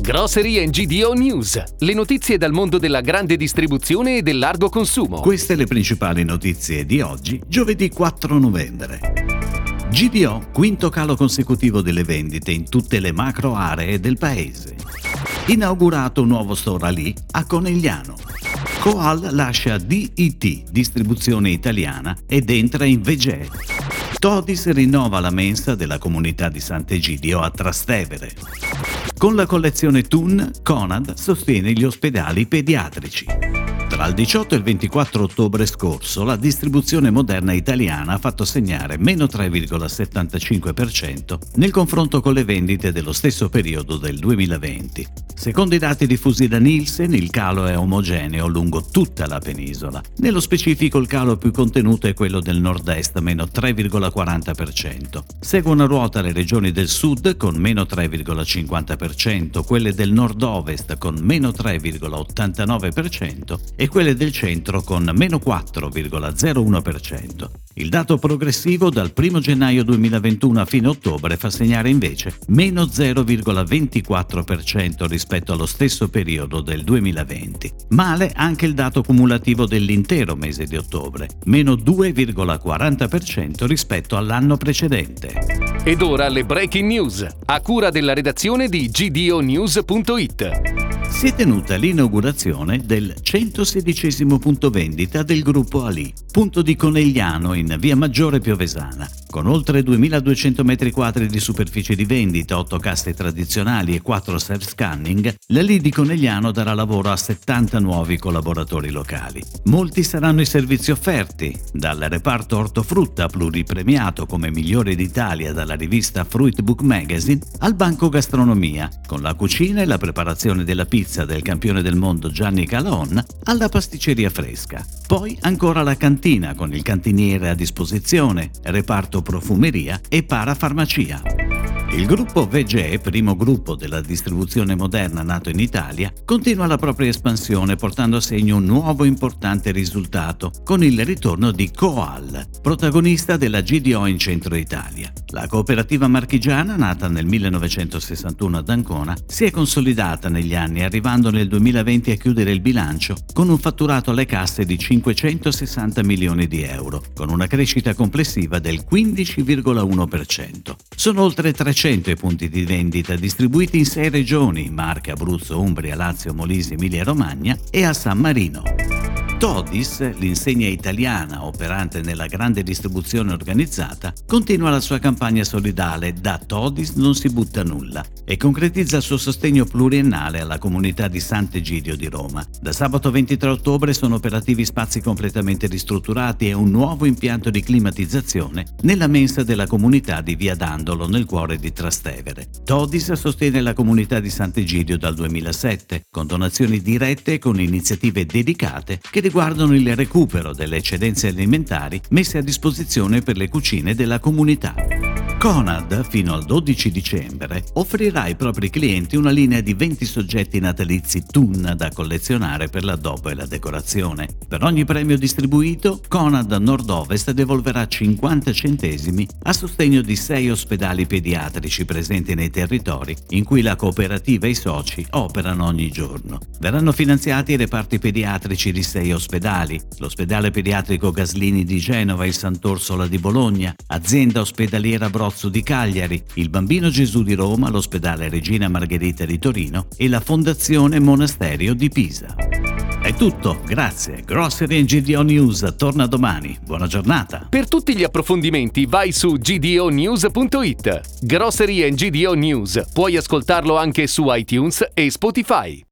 Grocery GDO News, le notizie dal mondo della grande distribuzione e del largo consumo. Queste le principali notizie di oggi, giovedì 4 novembre. GDO, quinto calo consecutivo delle vendite in tutte le macro aree del paese. Inaugurato un nuovo store Ali a Conegliano. Coal lascia DIT, distribuzione italiana, ed entra in Vegè. Todis rinnova la mensa della comunità di Sant'Egidio a Trastevere. Con la collezione Thun, Conad sostiene gli ospedali pediatrici. Tra il 18 e il 24 ottobre scorso, la distribuzione moderna italiana ha fatto segnare meno 3,75% nel confronto con le vendite dello stesso periodo del 2020. Secondo i dati diffusi da Nielsen, il calo è omogeneo lungo tutta la penisola. Nello specifico, il calo più contenuto è quello del nord-est, meno 3,40%. Seguono a ruota le regioni del sud con meno 3,50%, quelle del nord-ovest con meno 3,89% e quelle del centro con meno 4,01%. Il dato progressivo dal 1 gennaio 2021 a fine ottobre fa segnare invece meno 0,24% rispetto allo stesso periodo del 2020. Male anche il dato cumulativo dell'intero mese di ottobre, meno 2,40% rispetto all'anno precedente. Ed ora le breaking news, a cura della redazione di gdonews.it. Si è tenuta l'inaugurazione del 116° punto vendita del gruppo Ali, punto di Conegliano in via Maggiore Piovesana. Con oltre 2.200 metri quadri di superficie di vendita, 8 casse tradizionali e 4 self-scanning, l'Ali di Conegliano darà lavoro a 70 nuovi collaboratori locali. Molti saranno i servizi offerti, dal reparto ortofrutta pluripremiato come migliore d'Italia dalla rivista Fruit Book Magazine al banco gastronomia, con la cucina e la preparazione della pizza del campione del mondo Gianni Calaon alla pasticceria fresca. Poi ancora la cantina con il cantiniere a disposizione, reparto profumeria e parafarmacia. Il gruppo Vegè, primo gruppo della distribuzione moderna nato in Italia, continua la propria espansione portando a segno un nuovo importante risultato con il ritorno di Coal, protagonista della GDO in centro Italia. La cooperativa marchigiana, nata nel 1961 ad Ancona, si è consolidata negli anni, arrivando nel 2020 a chiudere il bilancio con un fatturato alle casse di 560 milioni di euro, con una crescita complessiva del 15,1%. Sono oltre 300 i punti di vendita distribuiti in 6 regioni: Marche, Abruzzo, Umbria, Lazio, Molise, Emilia-Romagna e a San Marino. Todis, l'insegna italiana operante nella grande distribuzione organizzata, continua la sua campagna solidale Da Todis non si butta nulla e concretizza il suo sostegno pluriennale alla comunità di Sant'Egidio di Roma. Da sabato 23 ottobre sono operativi spazi completamente ristrutturati e un nuovo impianto di climatizzazione nella mensa della comunità di Via Dandolo nel cuore di Trastevere. Todis sostiene la comunità di Sant'Egidio dal 2007 con donazioni dirette e con iniziative dedicate che riguardano il recupero delle eccedenze alimentari messe a disposizione per le cucine della comunità. Conad, fino al 12 dicembre, offrirà ai propri clienti una linea di 20 soggetti natalizi Thun da collezionare per l'addobbo e la decorazione. Per ogni premio distribuito, Conad Nord-Ovest devolverà 50 centesimi a sostegno di 6 ospedali pediatrici presenti nei territori in cui la cooperativa e i soci operano ogni giorno. Verranno finanziati i reparti pediatrici di 6 ospedali: l'ospedale pediatrico Gaslini di Genova, il Sant'Orsola di Bologna, azienda ospedaliera Brozzo di Cagliari, il Bambino Gesù di Roma, l'ospedale Regina Margherita di Torino e la Fondazione Monasterio di Pisa. È tutto, grazie. Grocery GDO News torna domani. Buona giornata. Per tutti gli approfondimenti vai su gdonews.it. Grocery GDO News puoi ascoltarlo anche su iTunes e Spotify.